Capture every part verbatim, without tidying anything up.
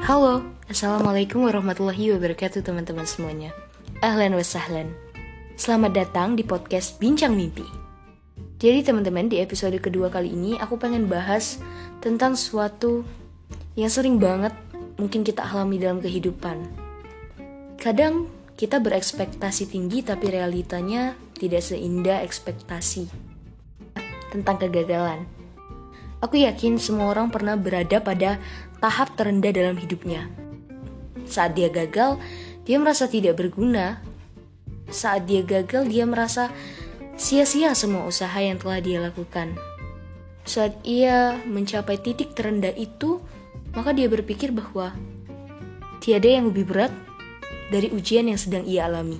Halo, Assalamualaikum warahmatullahi wabarakatuh teman-teman semuanya. Ahlan wa sahlan. Selamat datang di podcast Bincang Mimpi. Jadi teman-teman, di episode kedua kali ini aku pengen bahas tentang sesuatu yang sering banget mungkin kita alami dalam kehidupan. Kadang kita berekspektasi tinggi tapi realitanya tidak seindah ekspektasi. Tentang kegagalan. Aku yakin semua orang pernah berada pada tahap terendah dalam hidupnya. Saat dia gagal, dia merasa tidak berguna. Saat dia gagal, dia merasa sia-sia semua usaha yang telah dia lakukan. Saat ia mencapai titik terendah itu, maka dia berpikir bahwa tiada yang lebih berat dari ujian yang sedang ia alami.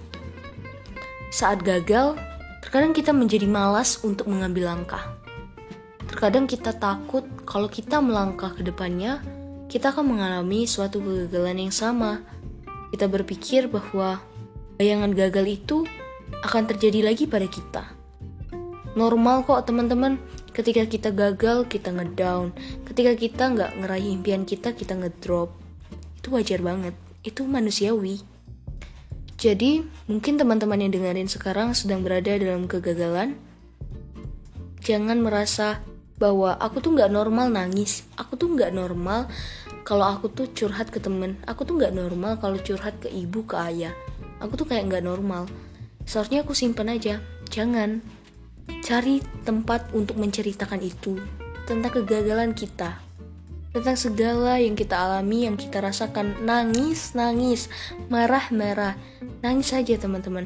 Saat gagal, terkadang kita menjadi malas untuk mengambil langkah. Terkadang kita takut kalau kita melangkah ke depannya, kita akan mengalami suatu kegagalan yang sama. Kita berpikir bahwa bayangan gagal itu akan terjadi lagi pada kita. Normal kok teman-teman, ketika kita gagal, kita ngedown. Ketika kita nggak ngeraih impian kita, kita ngedrop. Itu wajar banget, itu manusiawi. Jadi, mungkin teman-teman yang dengerin sekarang sedang berada dalam kegagalan. Jangan merasa bahwa aku tuh gak normal nangis, aku tuh gak normal kalau aku tuh curhat ke temen, aku tuh gak normal kalau curhat ke ibu, ke ayah, aku tuh kayak gak normal, seharusnya aku simpan aja. Jangan, cari tempat untuk menceritakan itu, tentang kegagalan kita, tentang segala yang kita alami, yang kita rasakan. Nangis, nangis, marah, marah, nangis saja teman-teman,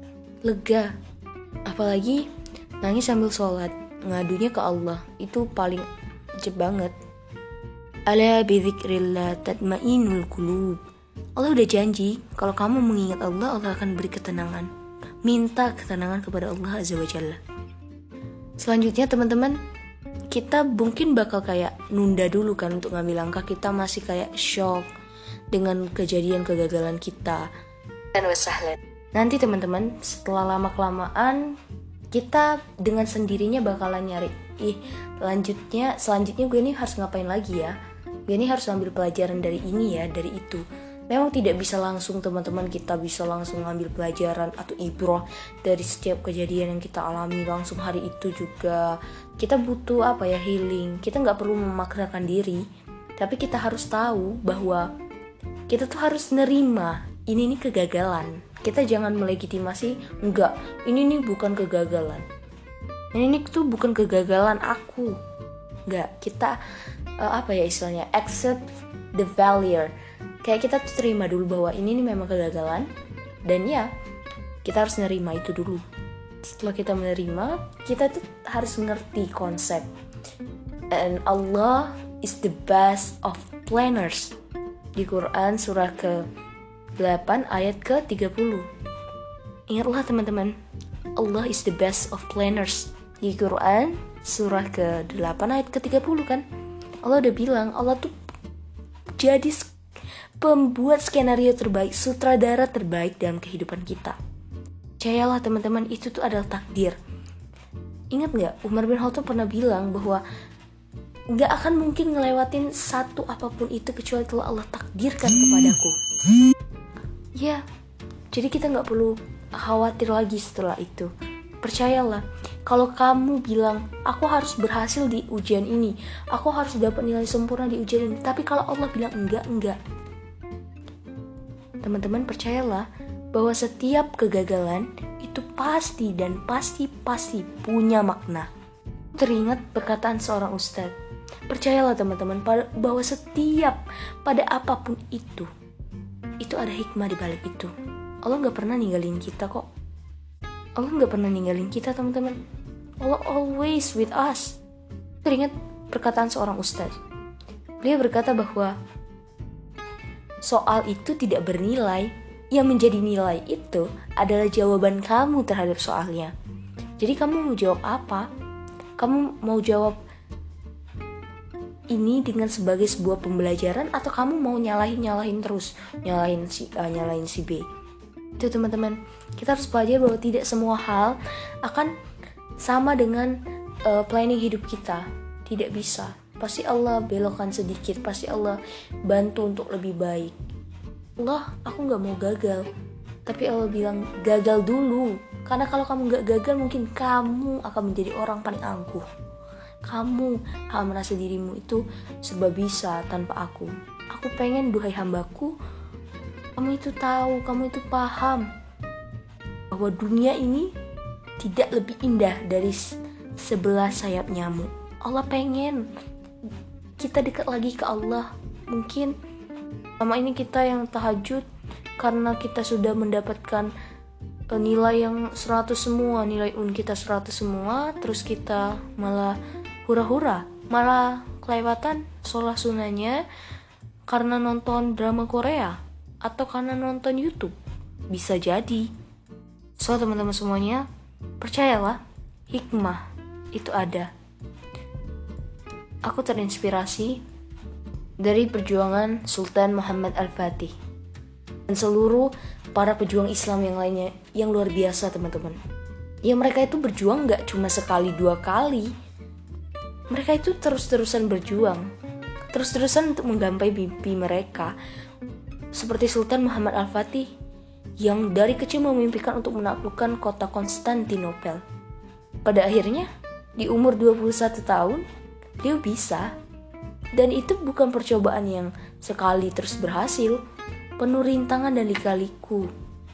lega. Apalagi nangis sambil sholat, ngadunya ke Allah, itu paling ajeb banget. Ala bidzikrillah tatma'innul qulub. Allah udah janji kalau kamu mengingat Allah, Allah akan beri ketenangan. Minta ketenangan kepada Allah Azza wa Jalla. Selanjutnya teman-teman, kita mungkin bakal kayak nunda dulu kan untuk ngambil langkah. Kita masih kayak shock dengan kejadian kegagalan kita. Dan wasahlan. Nanti teman-teman, setelah lama-kelamaan kita dengan sendirinya bakalan nyari, ih lanjutnya, selanjutnya gue ini harus ngapain lagi ya, gue ini harus ambil pelajaran dari ini ya, dari itu. Memang tidak bisa langsung teman-teman, kita bisa langsung ngambil pelajaran atau ibroh dari setiap kejadian yang kita alami langsung hari itu juga. Kita butuh apa ya, healing. Kita gak perlu memaksakan diri, tapi kita harus tahu bahwa kita tuh harus nerima ini nih kegagalan. Kita jangan melegitimasi, enggak, ini nih bukan kegagalan, ini nih tuh bukan kegagalan aku. Enggak, kita uh, apa ya istilahnya, accept the failure. Kayak kita tuh terima dulu bahwa ini nih memang kegagalan, dan ya kita harus nerima itu dulu. Setelah kita menerima, kita tuh harus mengerti konsep, and Allah is the best of planners. Di Quran surah ke delapan ayat ke tiga puluh. Ingatlah teman-teman, Allah is the best of planners. Di Quran surah ke delapan ayat ke tiga puluh kan, Allah udah bilang Allah tuh jadi pembuat skenario terbaik, sutradara terbaik dalam kehidupan kita. Percayalah teman-teman, itu tuh adalah takdir. Ingat gak, Umar bin Khattab pernah bilang bahwa gak akan mungkin ngelewatin satu apapun itu kecuali telah Allah takdirkan kepadaku. Ya, jadi kita gak perlu khawatir lagi setelah itu. Percayalah, kalau kamu bilang, aku harus berhasil di ujian ini, aku harus dapat nilai sempurna di ujian ini, tapi kalau Allah bilang enggak, enggak. Teman-teman percayalah bahwa setiap kegagalan itu pasti dan pasti-pasti punya makna. Teringat perkataan seorang ustadz, percayalah teman-teman bahwa setiap, pada apapun itu, itu ada hikmah di balik itu. Allah gak pernah ninggalin kita kok. Allah gak pernah ninggalin kita teman-teman. Allah always with us. Teringat perkataan seorang ustaz. Beliau berkata bahwa soal itu tidak bernilai. Yang menjadi nilai itu adalah jawaban kamu terhadap soalnya. Jadi kamu mau jawab apa? Kamu mau jawab ini dengan sebagai sebuah pembelajaran, atau kamu mau nyalahin-nyalahin terus, nyalahin si A, nyalahin si B. Itu teman-teman, kita harus belajar bahwa tidak semua hal akan sama dengan uh, planning hidup kita. Tidak bisa. pasti Allah belokkan sedikit, pasti Allah bantu untuk lebih baik. Allah, aku gak mau gagal, tapi Allah bilang gagal dulu, karena kalau kamu gak gagal mungkin kamu akan menjadi orang paling angkuh. Kamu akan merasa dirimu itu serba bisa tanpa aku. Aku pengen, duhai hambaku, kamu itu tahu, kamu itu paham bahwa dunia ini tidak lebih indah dari sebelah sayap nyamuk. Allah pengen kita dekat lagi ke Allah. Mungkin selama ini kita yang tahajud karena kita sudah mendapatkan nilai yang seratus semua, nilai un kita seratus semua, terus kita malah hura-hura, malah kelewatan sholat sunnahnya karena nonton drama Korea atau karena nonton YouTube. Bisa jadi. So teman-teman semuanya, percayalah, hikmah itu ada. Aku terinspirasi dari perjuangan Sultan Muhammad Al-Fatih dan seluruh para pejuang Islam yang lainnya yang luar biasa teman-teman. Ya mereka itu berjuang gak cuma sekali dua kali. Mereka itu terus-terusan berjuang, terus-terusan untuk menggapai mimpi mereka. Seperti Sultan Muhammad Al-Fatih yang dari kecil memimpikan untuk menaklukkan kota Konstantinopel. Pada akhirnya di umur dua puluh satu tahun dia bisa. Dan itu bukan percobaan yang sekali terus berhasil, penuh rintangan dan lika-liku.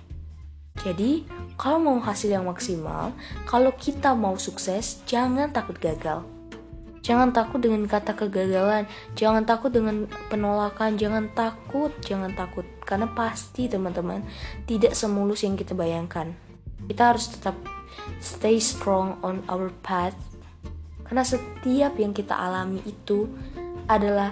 Jadi kalau mau hasil yang maksimal, kalau kita mau sukses, jangan takut gagal. Jangan takut dengan kata kegagalan, jangan takut dengan penolakan, jangan takut, jangan takut. Karena pasti teman-teman, tidak semulus yang kita bayangkan. Kita harus tetap stay strong on our path. Karena setiap yang kita alami itu adalah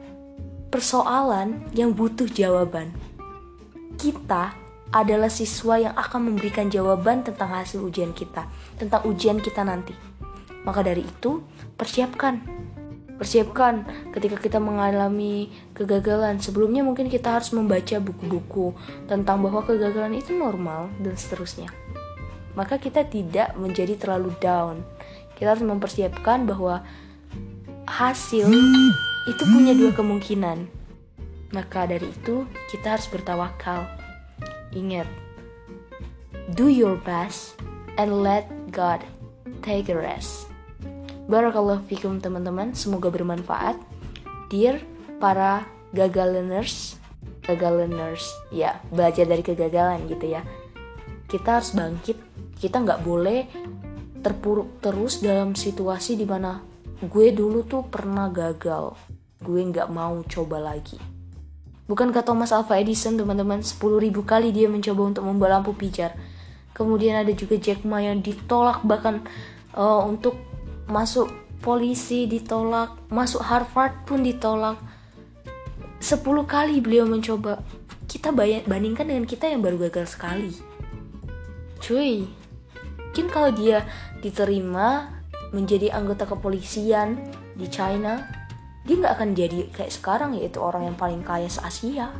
persoalan yang butuh jawaban. Kita adalah siswa yang akan memberikan jawaban tentang hasil ujian kita, tentang ujian kita nanti. Maka dari itu, persiapkan. Persiapkan ketika kita mengalami kegagalan. Sebelumnya mungkin kita harus membaca buku-buku tentang bahwa kegagalan itu normal dan seterusnya. Maka kita tidak menjadi terlalu down. Kita harus mempersiapkan bahwa hasil itu punya dua kemungkinan. Maka dari itu kita harus bertawakal. Ingat, do your best and let God take a rest. Barakallahu fikum teman-teman, semoga bermanfaat. Dear para gagalers, gagalers, ya belajar dari kegagalan gitu ya. Kita harus bangkit. Kita nggak boleh terpuruk terus dalam situasi dimana gue dulu tuh pernah gagal, gue nggak mau coba lagi. Bukankah Thomas Alva Edison teman-teman, sepuluh ribu kali dia mencoba untuk membuat lampu pijar. Kemudian ada juga Jack Ma yang ditolak bahkan uh, untuk masuk polisi ditolak, masuk Harvard pun ditolak. Sepuluh kali beliau mencoba. Kita bandingkan dengan kita yang baru gagal sekali. Cuy, mungkin kalau dia diterima menjadi anggota kepolisian di China, dia gak akan jadi kayak sekarang, yaitu orang yang paling kaya se-Asia.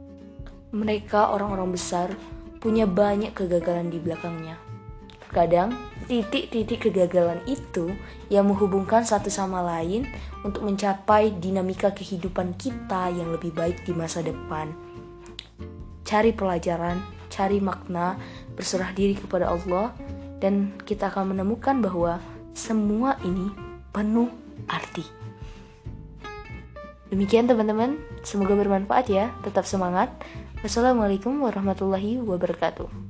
Mereka orang-orang besar punya banyak kegagalan di belakangnya. Terkadang titik-titik kegagalan itu yang menghubungkan satu sama lain untuk mencapai dinamika kehidupan kita yang lebih baik di masa depan. Cari pelajaran, cari makna, berserah diri kepada Allah, dan kita akan menemukan bahwa semua ini penuh arti. Demikian teman-teman, semoga bermanfaat ya. Tetap semangat. Wassalamualaikum warahmatullahi wabarakatuh.